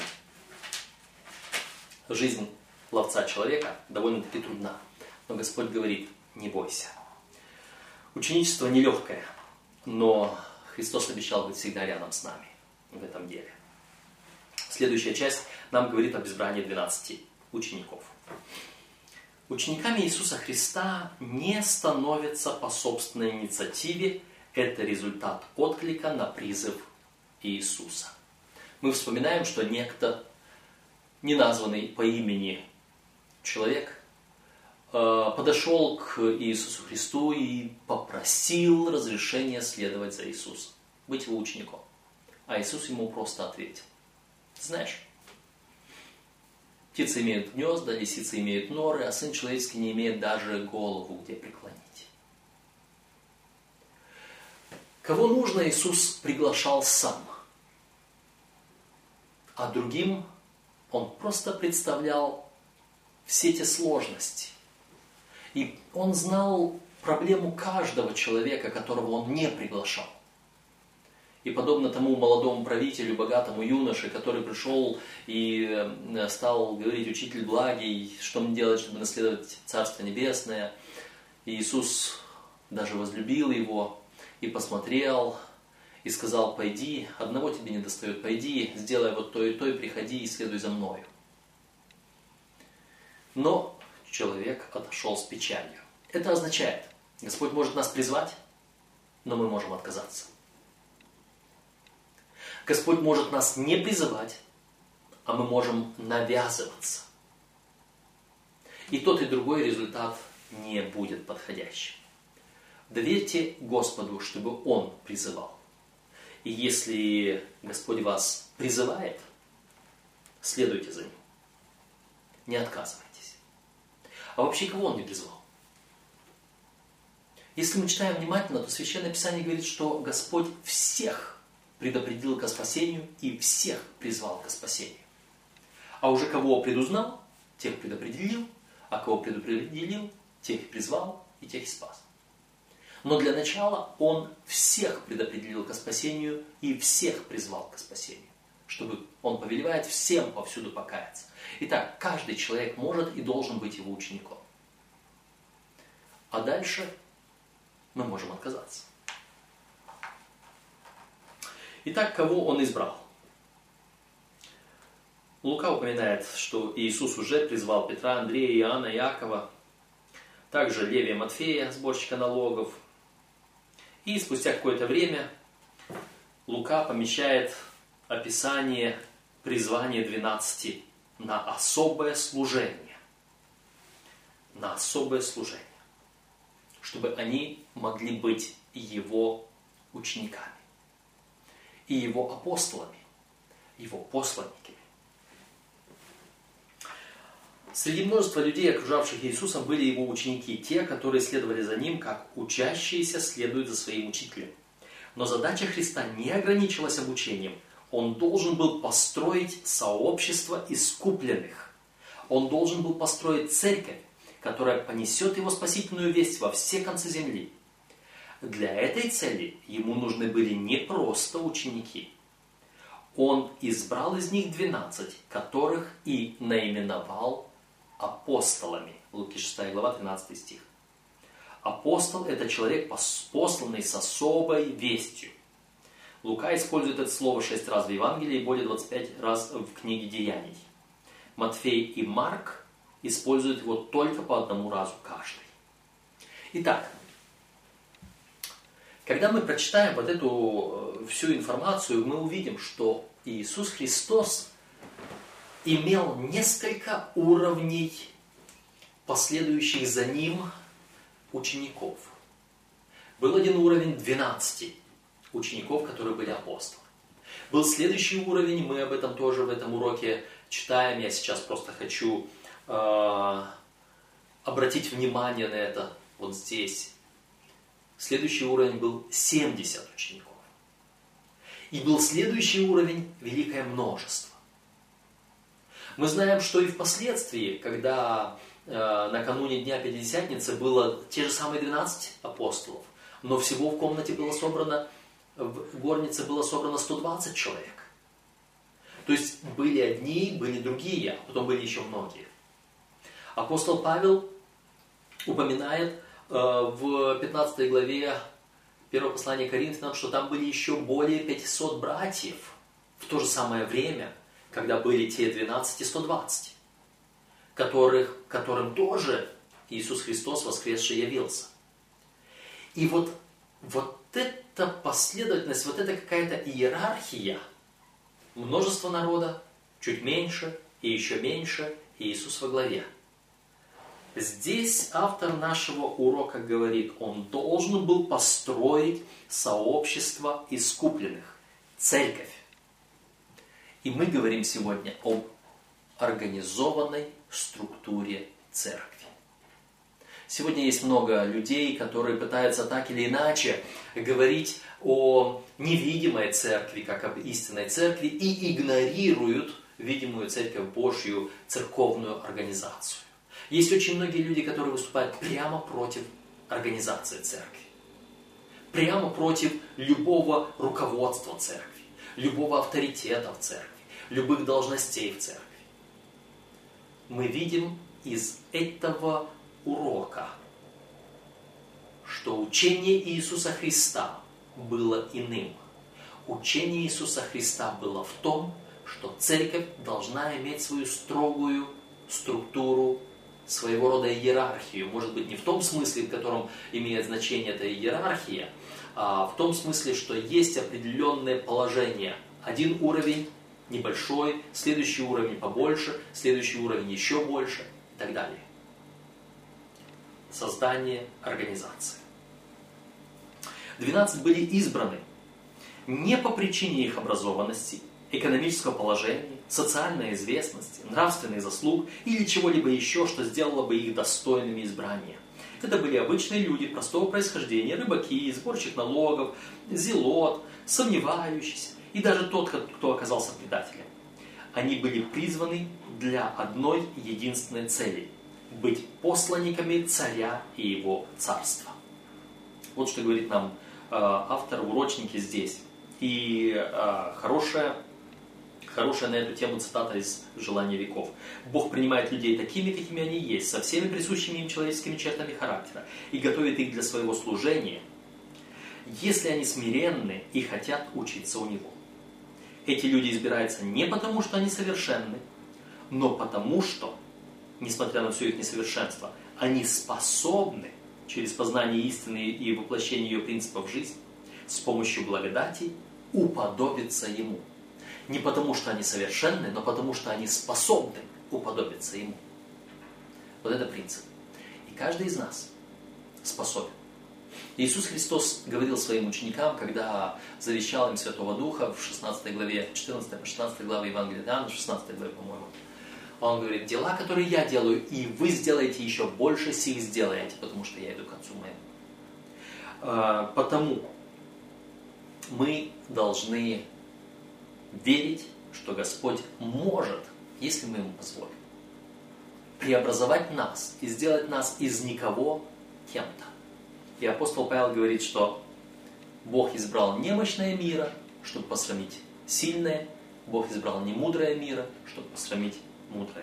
Жизнь ловца человека довольно-таки трудна, но Господь говорит: не бойся. Ученичество нелегкое, но Христос обещал быть всегда рядом с нами в этом деле. Следующая часть нам говорит об избрании 12 учеников. Учениками Иисуса Христа не становятся по собственной инициативе. Это результат отклика на призыв Иисуса. Мы вспоминаем, что некто, не названный по имени человек, подошел к Иисусу Христу и попросил разрешения следовать за Иисусом, быть его учеником. А Иисус ему просто ответил: знаешь, птицы имеют гнезда, лисицы имеют норы, а Сын Человеческий не имеет даже голову, где преклонить. Кого нужно, Иисус приглашал сам. А другим Он просто представлял все те сложности. И Он знал проблему каждого человека, которого Он не приглашал. И подобно тому молодому правителю, богатому юноше, который пришел и стал говорить: «Учитель благий, что мне делать, чтобы наследовать Царство Небесное?» И Иисус даже возлюбил его и посмотрел, и сказал: «Пойди, одного тебе не достает, пойди, сделай вот то, и приходи, и следуй за мною». Но человек отошел с печалью. Это означает, Господь может нас призвать, но мы можем отказаться. Господь может нас не призывать, а мы можем навязываться. И тот, и другой результат не будет подходящим. Доверьте Господу, чтобы Он призывал. И если Господь вас призывает, следуйте за Ним. Не отказывайтесь. А вообще, кого Он не призвал? Если мы читаем внимательно, то Священное Писание говорит, что Господь всех предопределил ко спасению и всех призвал ко спасению. А уже кого предузнал, тех предопределил, а кого предопределил, тех призвал и тех спас. Но для начала Он всех предопределил ко спасению и всех призвал к спасению, чтобы Он повелевает всем повсюду покаяться. Итак, каждый человек может и должен быть Его учеником. А дальше мы можем отказаться. Итак, кого Он избрал? Лука упоминает, что Иисус уже призвал Петра, Андрея, Иоанна, Иакова, также Левия, Матфея, сборщика налогов. И спустя какое-то время Лука помещает описание призвания 12 на особое служение. На особое служение. Чтобы они могли быть Его учениками. И Его апостолами, Его посланниками. Среди множества людей, окружавших Иисуса, были Его ученики, те, которые следовали за Ним, как учащиеся следуют за своим учителем. Но задача Христа не ограничилась обучением. Он должен был построить сообщество искупленных. Он должен был построить церковь, которая понесет Его спасительную весть во все концы земли. Для этой цели Ему нужны были не просто ученики. Он избрал из них 12, которых и наименовал апостолами. Луки 6 глава, 13 стих. Апостол – это человек, посланный с особой вестью. Лука использует это слово 6 раз в Евангелии и более 25 раз в книге Деяний. Матфей и Марк используют его только по одному разу каждый. Итак, когда мы прочитаем вот эту всю информацию, мы увидим, что Иисус Христос имел несколько уровней последующих за Ним учеников. Был один уровень 12 учеников, которые были апостолы. Был следующий уровень, мы об этом тоже в этом уроке читаем. Я сейчас просто хочу обратить внимание на это вот здесь. Следующий уровень был 70 учеников. И был следующий уровень великое множество. Мы знаем, что и впоследствии, когда накануне Дня Пятидесятницы было те же самые 12 апостолов, но всего в комнате было собрано, в горнице было собрано 120 человек. То есть были одни, были другие, а потом были еще многие. Апостол Павел упоминает в 15 главе 1 послания Коринфянам, что там были еще более 500 братьев в то же самое время, когда были те 12 и 120, которым тоже Иисус Христос воскресший явился. И вот эта последовательность, вот эта какая-то иерархия, множество народа, чуть меньше, и еще меньше, и Иисус во главе. Здесь автор нашего урока говорит, он должен был построить сообщество искупленных, церковь. И мы говорим сегодня об организованной структуре церкви. Сегодня есть много людей, которые пытаются так или иначе говорить о невидимой церкви, как об истинной церкви, и игнорируют видимую церковь Божью, церковную организацию. Есть очень многие люди, которые выступают прямо против организации церкви. Прямо против любого руководства церкви, любого авторитета в церкви, любых должностей в церкви. Мы видим из этого урока, что учение Иисуса Христа было иным. Учение Иисуса Христа было в том, что церковь должна иметь свою строгую структуру, своего рода иерархию. Может быть, не в том смысле, в котором имеет значение эта иерархия, а в том смысле, что есть определенное положение. Один уровень небольшой, следующий уровень побольше, следующий уровень еще больше и так далее. Создание организации. 12 были избраны не по причине их образованности, экономического положения, социальной известности, нравственных заслуг или чего-либо еще, что сделало бы их достойными избрания. Это были обычные люди простого происхождения, рыбаки, сборщик налогов, зелот, сомневающийся и даже тот, кто оказался предателем. Они были призваны для одной единственной цели – быть посланниками царя и его царства. Вот что говорит нам автор в урочнике здесь. И хорошая на эту тему цитата из «Желания веков». «Бог принимает людей такими, какими они есть, со всеми присущими им человеческими чертами характера, и готовит их для своего служения, если они смиренны и хотят учиться у Него. Эти люди избираются не потому, что они совершенны, но потому, что, несмотря на все их несовершенство, они способны через познание истины и воплощение ее принципов в жизнь с помощью благодати уподобиться Ему. Не потому, что они совершенны, но потому, что они способны уподобиться Ему». Вот это принцип. И каждый из нас способен. Иисус Христос говорил своим ученикам, когда завещал им Святого Духа в 16 главе, 14-16 главе Евангелия от Иоанна, 16 главе, по-моему. Он говорит: «Дела, которые я делаю, и вы сделаете еще больше сих сделаете, потому что я иду к Отцу моему». Потому мы должны верить, что Господь может, если мы Ему позволим, преобразовать нас и сделать нас из никого кем-то. И апостол Павел говорит, что Бог избрал немощное мира, чтобы посрамить сильное, Бог избрал немудрое мира, чтобы посрамить мудрое.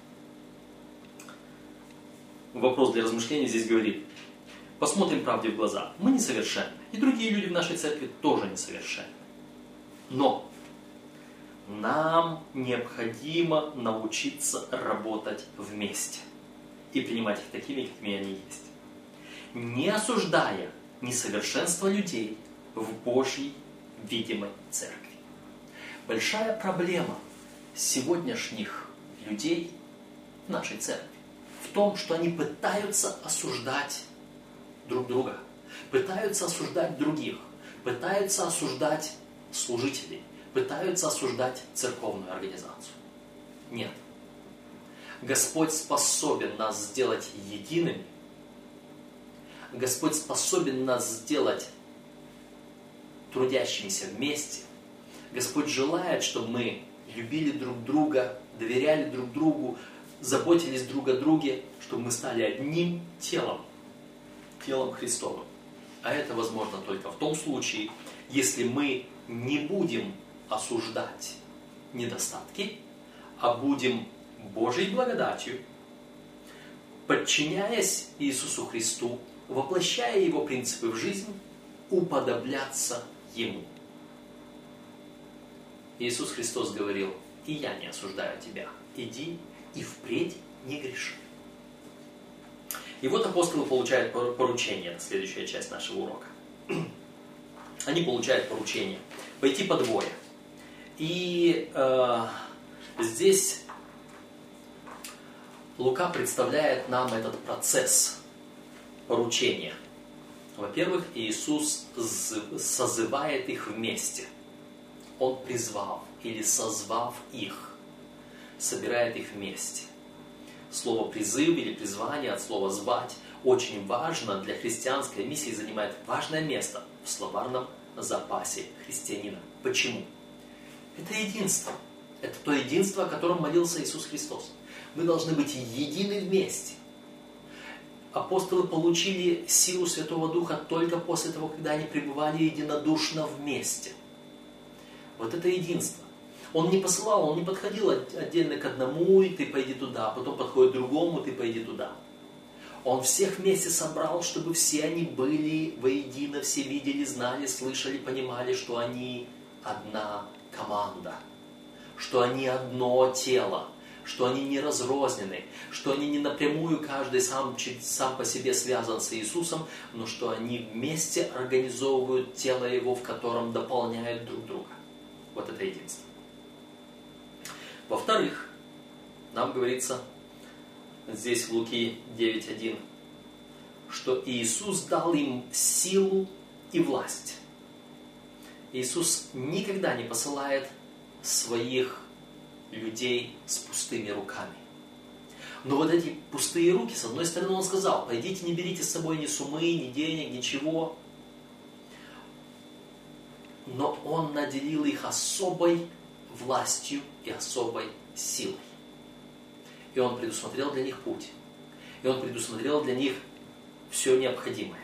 Вопрос для размышления здесь говорит: посмотрим правде в глаза. Мы несовершенны, и другие люди в нашей церкви тоже несовершенны. Но нам необходимо научиться работать вместе и принимать их такими, какими они есть, не осуждая несовершенство людей в Божьей видимой церкви. Большая проблема сегодняшних людей в нашей церкви в том, что они пытаются осуждать друг друга, пытаются осуждать других, пытаются осуждать служителей, пытаются осуждать церковную организацию. Нет. Господь способен нас сделать едиными. Господь способен нас сделать трудящимися вместе. Господь желает, чтобы мы любили друг друга, доверяли друг другу, заботились друг о друге, чтобы мы стали одним телом, телом Христовым. А это возможно только в том случае, если мы не будем осуждать недостатки, а будем Божьей благодатью, подчиняясь Иисусу Христу, воплощая Его принципы в жизнь, уподобляться Ему. Иисус Христос говорил: «И я не осуждаю тебя, иди и впредь не греши». И вот апостолы получают поручение, это следующая часть нашего урока. Они получают поручение пойти по двое. И здесь Лука представляет нам этот процесс поручения. Во-первых, Иисус созывает их вместе. Он призвав или созвав их, собирает их вместе. Слово «призыв» или «призвание» от слова «звать» очень важно для христианской миссии, занимает важное место в словарном запасе христианина. Почему? Это единство. Это то единство, о котором молился Иисус Христос. Мы должны быть едины вместе. Апостолы получили силу Святого Духа только после того, когда они пребывали единодушно вместе. Вот это единство. Он не посылал, он не подходил отдельно к одному, и ты пойди туда, а потом подходит к другому, ты пойди туда. Он всех вместе собрал, чтобы все они были воедино, все видели, знали, слышали, понимали, что они одна команда, что они одно тело, что они не разрознены, что они не напрямую каждый сам по себе связан с Иисусом, но что они вместе организовывают тело Его, в котором дополняют друг друга. Вот это единство. Во-вторых, нам говорится здесь в Луки 9:1, что Иисус дал им силу и власть. Иисус никогда не посылает своих людей с пустыми руками. Но вот эти пустые руки, с одной стороны, Он сказал: пойдите, не берите с собой ни сумы, ни денег, ничего. Но Он наделил их особой властью и особой силой. И Он предусмотрел для них путь. И Он предусмотрел для них все необходимое.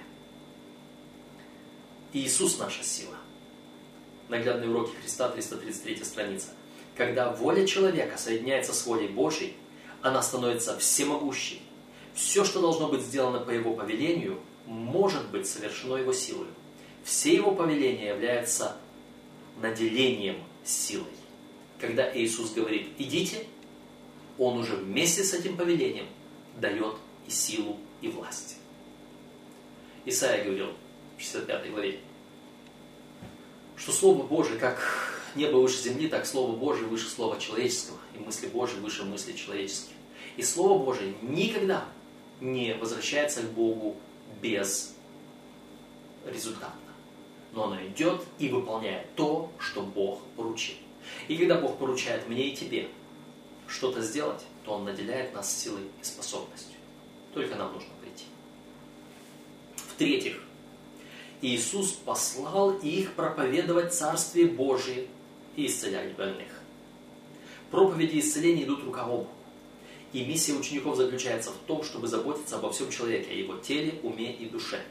Иисус наша сила. Наглядные уроки Христа, 333 страница. Когда воля человека соединяется с волей Божьей, она становится всемогущей. Все, что должно быть сделано по Его повелению, может быть совершено Его силой. Все Его повеления являются наделением силой. Когда Иисус говорит «идите», Он уже вместе с этим повелением дает и силу, и власть. Исаия говорил в 65 главе, что Слово Божие, как небо выше земли, так Слово Божие выше слова человеческого, и мысли Божьи выше мыслей человеческих. И Слово Божие никогда не возвращается к Богу безрезультатно. Но оно идет и выполняет то, что Бог поручил. И когда Бог поручает мне и тебе что-то сделать, то Он наделяет нас силой и способностью. Только нам нужно прийти. В-третьих, Иисус послал их проповедовать Царствие Божие и исцелять больных. Проповеди и исцеления идут рука об руку. И миссия учеников заключается в том, чтобы заботиться обо всем человеке, о его теле, уме и душе.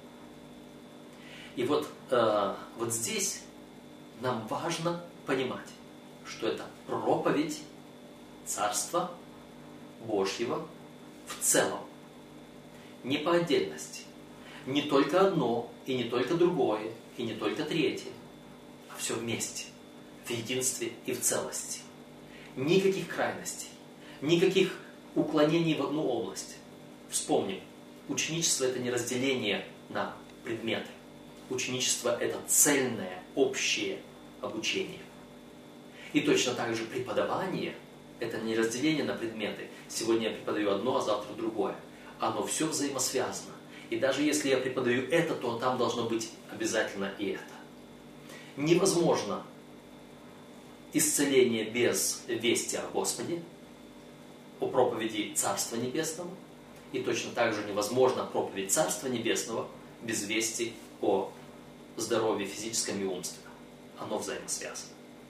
И вот здесь нам важно понимать, что это проповедь Царства Божьего в целом. Не по отдельности. Не только одно, и не только другое, и не только третье, а все вместе, в единстве и в целости. Никаких крайностей, никаких уклонений в одну область. Вспомним, ученичество – это не разделение на предметы. Ученичество – это цельное, общее обучение. И точно так же преподавание – это не разделение на предметы. Сегодня я преподаю одно, а завтра другое. Оно все взаимосвязано. И даже если я преподаю это, то там должно быть обязательно и это. Невозможно исцеление без вести о Господе, о проповеди Царства Небесного. И точно так же невозможно проповедь Царства Небесного без вести о здоровье физическом и умственном. Оно взаимосвязано.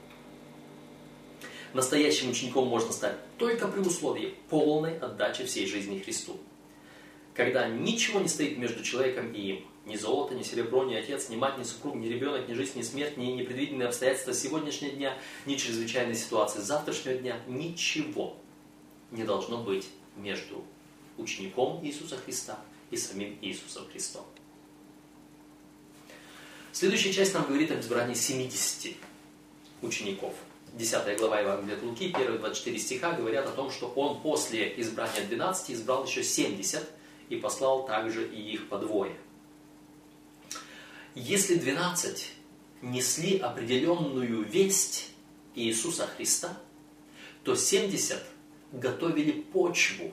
Настоящим учеником можно стать только при условии полной отдачи всей жизни Христу. Когда ничего не стоит между человеком и им. Ни золото, ни серебро, ни отец, ни мать, ни супруг, ни ребенок, ни жизнь, ни смерть, ни непредвиденные обстоятельства сегодняшнего дня, ни чрезвычайные ситуации завтрашнего дня. Ничего не должно быть между учеником Иисуса Христа и самим Иисусом Христом. Следующая часть нам говорит об избрании 70 учеников. 10 глава Евангелия от Луки, первые 24 стиха говорят о том, что Он после избрания 12 избрал еще 70 и послал также и их по двое. Если 12 несли определенную весть Иисуса Христа, то 70 готовили почву.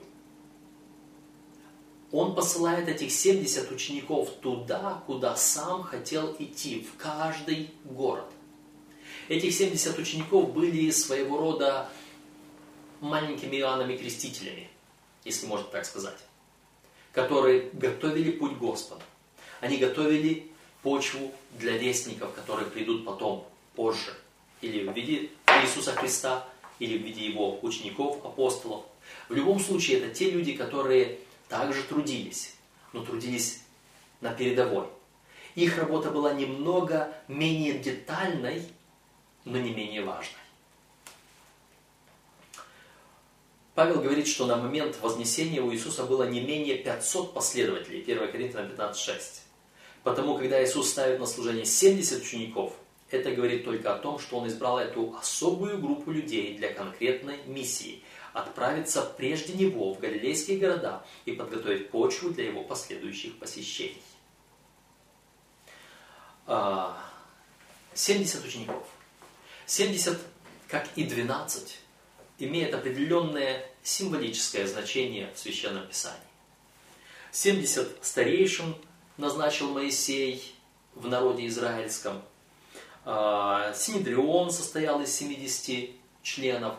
Он посылает этих 70 учеников туда, куда сам хотел идти, в каждый город. Этих 70 учеников были своего рода маленькими Иоаннами Крестителями, если можно так сказать, которые готовили путь Господа. Они готовили почву для вестников, которые придут потом, позже, или в виде Иисуса Христа, или в виде Его учеников, апостолов. В любом случае, это те люди, которые также трудились, но трудились на передовой. Их работа была немного менее детальной, но не менее важной. Павел говорит, что на момент вознесения у Иисуса было не менее 500 последователей, 1 Коринфянам 15:6. Потому, когда Иисус ставит на служение 70 учеников, это говорит только о том, что Он избрал эту особую группу людей для конкретной миссии. отправиться прежде него в галилейские города и подготовить почву для его последующих посещений. 70 учеников. 70, как и 12, имеет определенное символическое значение в Священном Писании. 70 старейшин назначил Моисей в народе израильском. Синедрион состоял из 70 членов.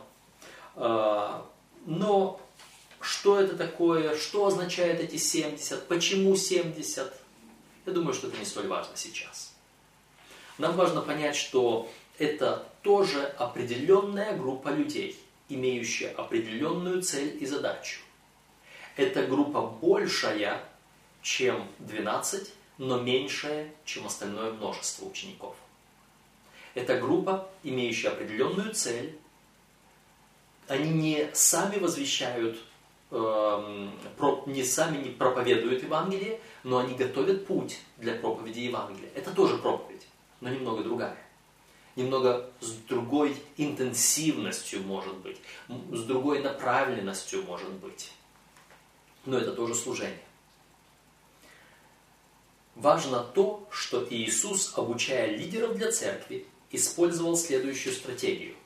Но что это такое? Что означают эти 70? Почему 70? Я думаю, что это не столь важно сейчас. Нам важно понять, что это тоже определенная группа людей, имеющая определенную цель и задачу. Эта группа большая, чем 12, но меньшая, чем остальное множество учеников. Это группа, имеющая определенную цель. Они не сами возвещают, не сами проповедуют Евангелие, но они готовят путь для проповеди Евангелия. Это тоже проповедь, но немного другая. Немного с другой интенсивностью, может быть, с другой направленностью, может быть. Но это тоже служение. Важно то, что Иисус, обучая лидеров для церкви, использовал следующую стратегию.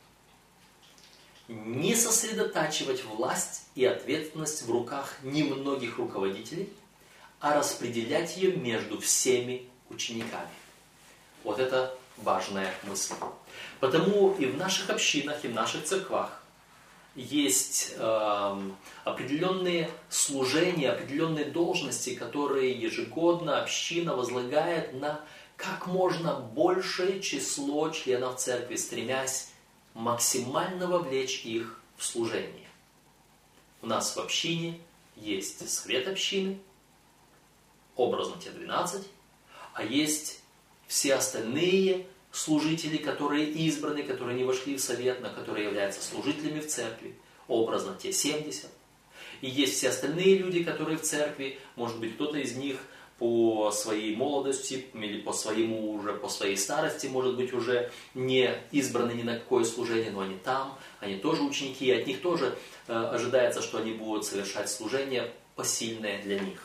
Не сосредотачивать власть и ответственность в руках немногих руководителей, а распределять ее между всеми учениками. Вот это важная мысль. Потому и в наших общинах, и в наших церквах есть определенные служения, определенные должности, которые ежегодно община возлагает на как можно большее число членов церкви, стремясь максимально вовлечь их в служение. У нас в общине есть совет общины, образно те 12, а есть все остальные служители, которые избраны, которые не вошли в совет, но которые являются служителями в церкви, образно те 70. И есть все остальные люди, которые в церкви, может быть, кто-то из них по своей молодости или по своей старости, может быть, уже не избраны ни на какое служение, но они там, они тоже ученики, и от них тоже ожидается, что они будут совершать служение посильное для них.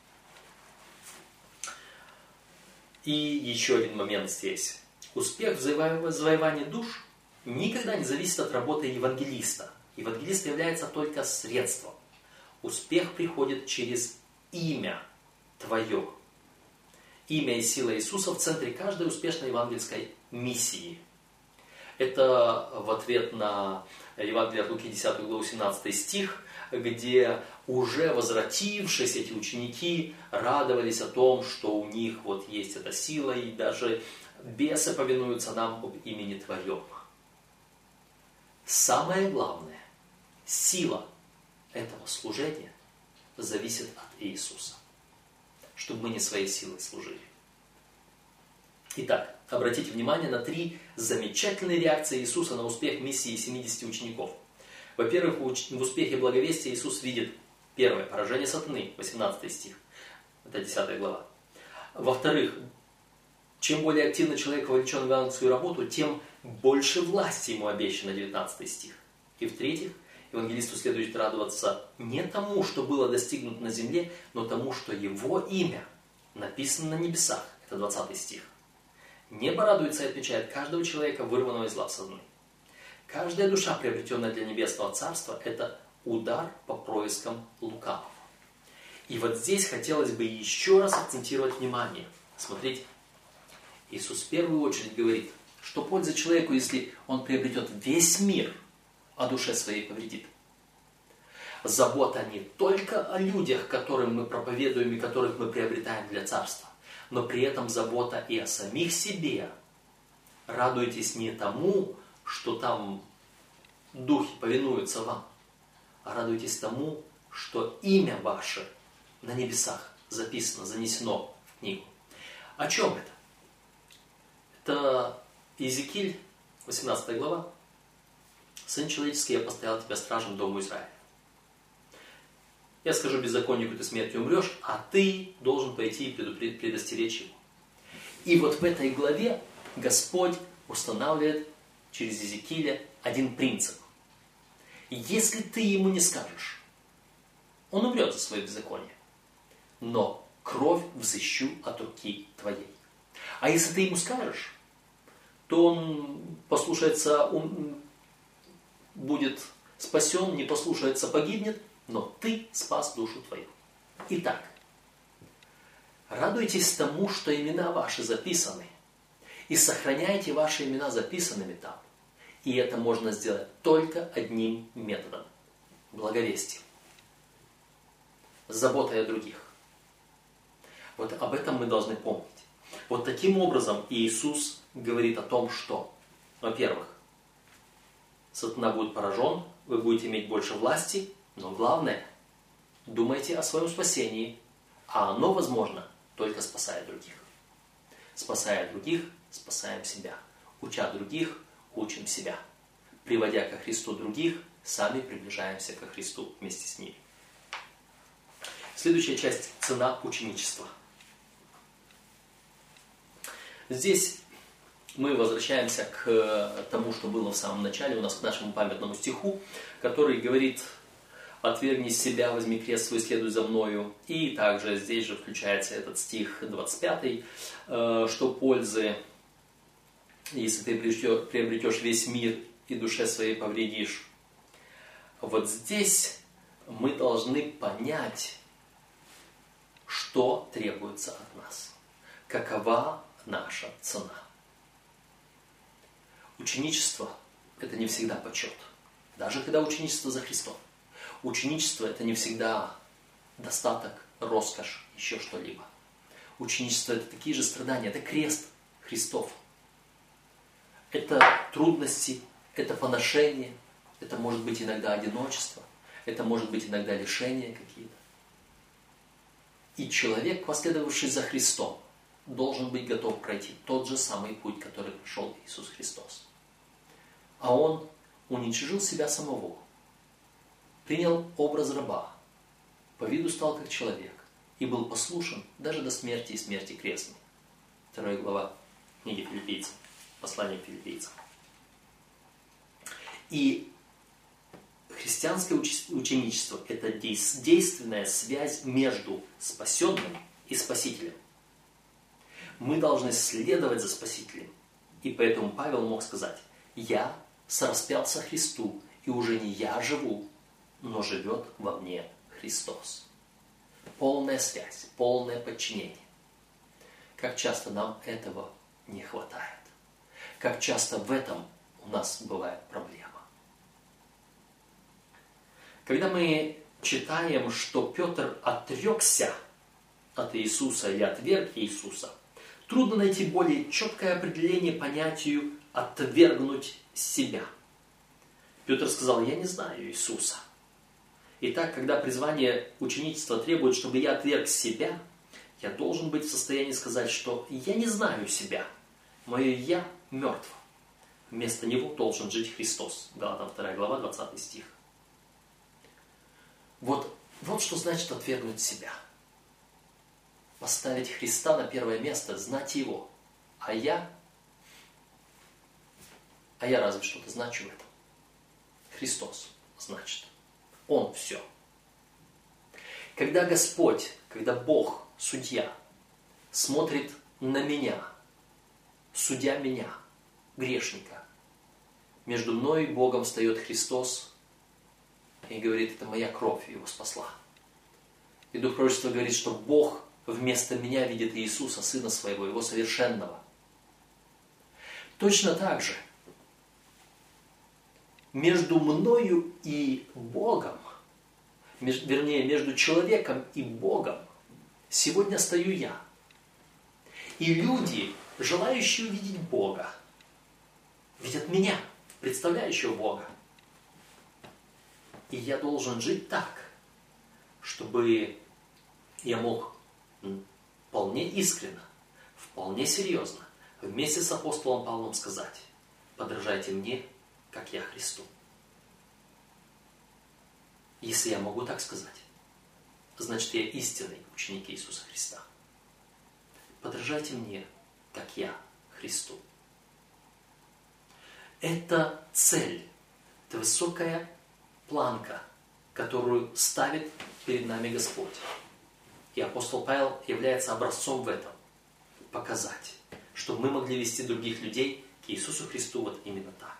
И еще один момент здесь. Успех в завоевании душ никогда не зависит от работы евангелиста. Евангелист является только средством. Успех приходит через имя твое. Имя и сила Иисуса в центре каждой успешной евангельской миссии. Это в ответ на Евангелие от Луки 10 главу 17 стих, где уже возвратившись эти ученики радовались о том, что у них вот есть эта сила, и даже бесы повинуются нам об имени Твоем. Самое главное, сила этого служения зависит от Иисуса, чтобы мы не своей силой служили. Итак, обратите внимание на 3 замечательные реакции Иисуса на успех миссии 70 учеников. Во-первых, в успехе благовестия Иисус видит первое, поражение сатаны, 18 стих, это 10 глава. Во-вторых, чем более активно человек вовлечен в евангельскую работу, тем больше власти ему обещано, 19 стих. И в-третьих, евангелисту следует радоваться не тому, что было достигнуто на земле, но тому, что его имя написано на небесах, это 20 стих. Небо радуется и отмечает каждого человека, вырванного из лап сатаны. Каждая душа, приобретенная для небесного царства, это удар по проискам лукавого. И вот здесь хотелось бы еще раз акцентировать внимание. Смотрите, Иисус в первую очередь говорит, что польза человеку, если он приобретет весь мир, а душе своей повредит. Забота не только о людях, которым мы проповедуем и которых мы приобретаем для царства, но при этом забота и о самих себе. Радуйтесь не тому, что там духи повинуются вам, а радуйтесь тому, что имя ваше на небесах записано, занесено в книгу. О чем это? Это Иезекииль, 18 глава. «Сын человеческий, я поставил тебя стражем дому Израиля. Я скажу беззаконнику, ты смертью умрешь, а ты должен пойти и предостеречь его». И вот в этой главе Господь устанавливает через Иезекииля один принцип. Если ты ему не скажешь, он умрет за свое беззаконие. Но кровь взыщу от руки твоей. А если ты ему скажешь, то он послушается, он будет спасен, не послушается, погибнет, но ты спас душу твою. Итак, радуйтесь тому, что имена ваши записаны, и сохраняйте ваши имена записанными там. И это можно сделать только одним методом – благовестием, заботой о других. Вот об этом мы должны помнить. Вот таким образом Иисус говорит о том, что, во-первых, сатана будет поражен, вы будете иметь больше власти, но главное, думайте о своем спасении, а оно возможно только спасая других. Спасая других, спасаем себя. Уча других, учим себя. Приводя ко Христу других, сами приближаемся ко Христу вместе с ними. Следующая часть – цена ученичества. Здесь мы возвращаемся к тому, что было в самом начале, у нас к нашему памятному стиху, который говорит: «Отвергни себя, возьми крест свой, следуй за мною». И также здесь же включается этот стих 25, что пользы, если ты приобретешь весь мир и душе своей повредишь. Вот здесь мы должны понять, что требуется от нас, какова наша цена. Ученичество – это не всегда почет, даже когда ученичество за Христом. Ученичество – это не всегда достаток, роскошь, еще что-либо. Ученичество – это такие же страдания, это крест Христов. Это трудности, это поношение, это может быть иногда одиночество, это может быть иногда лишения какие-то. И человек, последовавший за Христом, должен быть готов пройти тот же самый путь, который прошел Иисус Христос. А Он уничижил себя самого, принял образ раба, по виду стал как человек и был послушен даже до смерти и смерти крестной. 2 глава книги Филиппийцам, послания к Филиппийцам. И христианское ученичество – это действенная связь между спасенным и Спасителем. Мы должны следовать за Спасителем. И поэтому Павел мог сказать: «Я сораспялся Христу, и уже не я живу, но живет во мне Христос». Полная связь, полное подчинение. Как часто нам этого не хватает. Как часто в этом у нас бывает проблема. Когда мы читаем, что Петр отрекся от Иисуса или отверг Иисуса, трудно найти более четкое определение понятию «отвергнуть себя». Петр сказал: «Я не знаю Иисуса». Итак, когда призвание ученичества требует, чтобы я отверг себя, я должен быть в состоянии сказать, что я не знаю себя. Мое «я» мертво. Вместо него должен жить Христос. Галатам 2 глава, 20 стих. Вот что значит отвергнуть себя. Поставить Христа на первое место, знать Его. А я разве что-то значу в этом. Христос значит. Он все. Когда Господь, когда Бог, судья, смотрит на меня, судя меня, грешника, между мной и Богом встает Христос и говорит: это моя кровь его спасла. И Дух пророчества говорит, что Бог вместо меня видит Иисуса, Сына Своего, Его совершенного. Точно так же между мною и Богом, между человеком и Богом, сегодня стою я. И люди, желающие увидеть Бога, видят меня, представляющего Бога. И я должен жить так, чтобы я мог вполне искренно, вполне серьезно, вместе с апостолом Павлом сказать: подражайте мне, как я Христу. Если я могу так сказать, значит, я истинный ученик Иисуса Христа. Подражайте мне, как я Христу. Это цель, это высокая планка, которую ставит перед нами Господь. И апостол Павел является образцом в этом. Показать, чтобы мы могли вести других людей к Иисусу Христу вот именно так.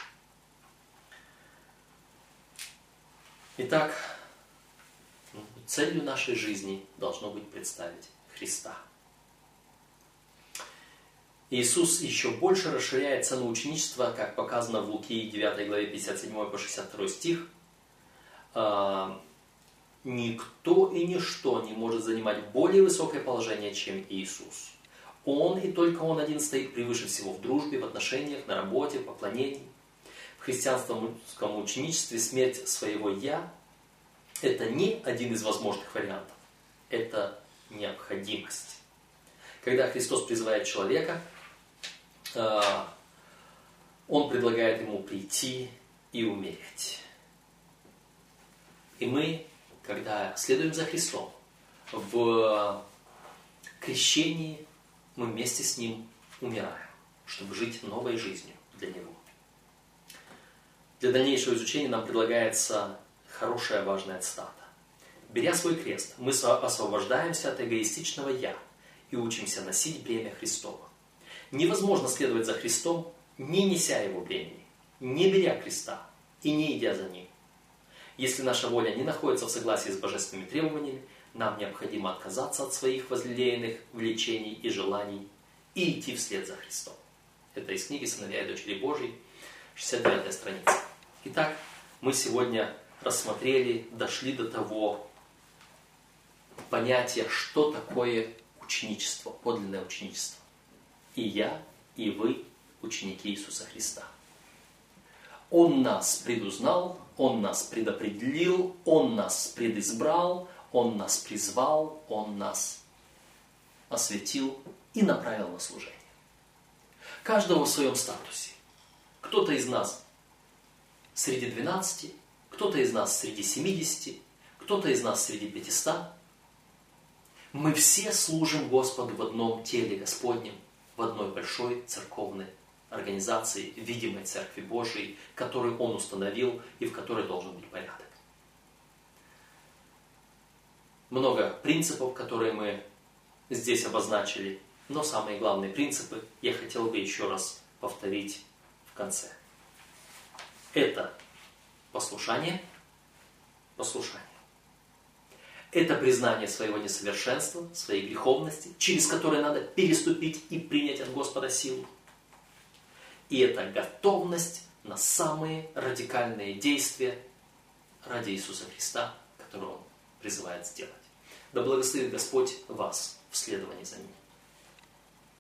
Итак, целью нашей жизни должно быть представить Христа. Иисус еще больше расширяет цену ученичества, как показано в Луки 9 главе 57 по 62 стих. Никто и ничто не может занимать более высокое положение, чем Иисус. Он и только Он один стоит превыше всего в дружбе, в отношениях, на работе, в поклонении. В христианском ученичестве смерть своего «я» – это не один из возможных вариантов. Это необходимость. Когда Христос призывает человека, Он предлагает ему прийти и умереть. И мы, когда следуем за Христом, в крещении мы вместе с Ним умираем, чтобы жить новой жизнью для Него. Для дальнейшего изучения нам предлагается хорошая важная цитата. Беря свой крест, мы освобождаемся от эгоистичного «я» и учимся носить бремя Христово. Невозможно следовать за Христом, не неся Его бремени, не беря креста и не идя за Ним. Если наша воля не находится в согласии с божественными требованиями, нам необходимо отказаться от своих возлелеянных влечений и желаний и идти вслед за Христом. Это из книги «Сыновья и дочери Божьей», 69 страница. Итак, мы сегодня рассмотрели, дошли до того понятия, что такое ученичество, подлинное ученичество. И я, и вы ученики Иисуса Христа. Он нас предузнал, Он нас предопределил, Он нас предизбрал, Он нас призвал, Он нас осветил и направил на служение. Каждого в своем статусе. Кто-то из нас среди 12, кто-то из нас среди 70, кто-то из нас среди 500. Мы все служим Господу в одном теле Господнем, в одной большой церковной организации, видимой Церкви Божией, которую Он установил и в которой должен быть порядок. Много принципов, которые мы здесь обозначили, но самые главные принципы я хотел бы еще раз повторить в конце. Это послушание. Это признание своего несовершенства, своей греховности, через которое надо переступить и принять от Господа силу. И это готовность на самые радикальные действия ради Иисуса Христа, которые Он призывает сделать. Да благословит Господь вас в следовании за Ним.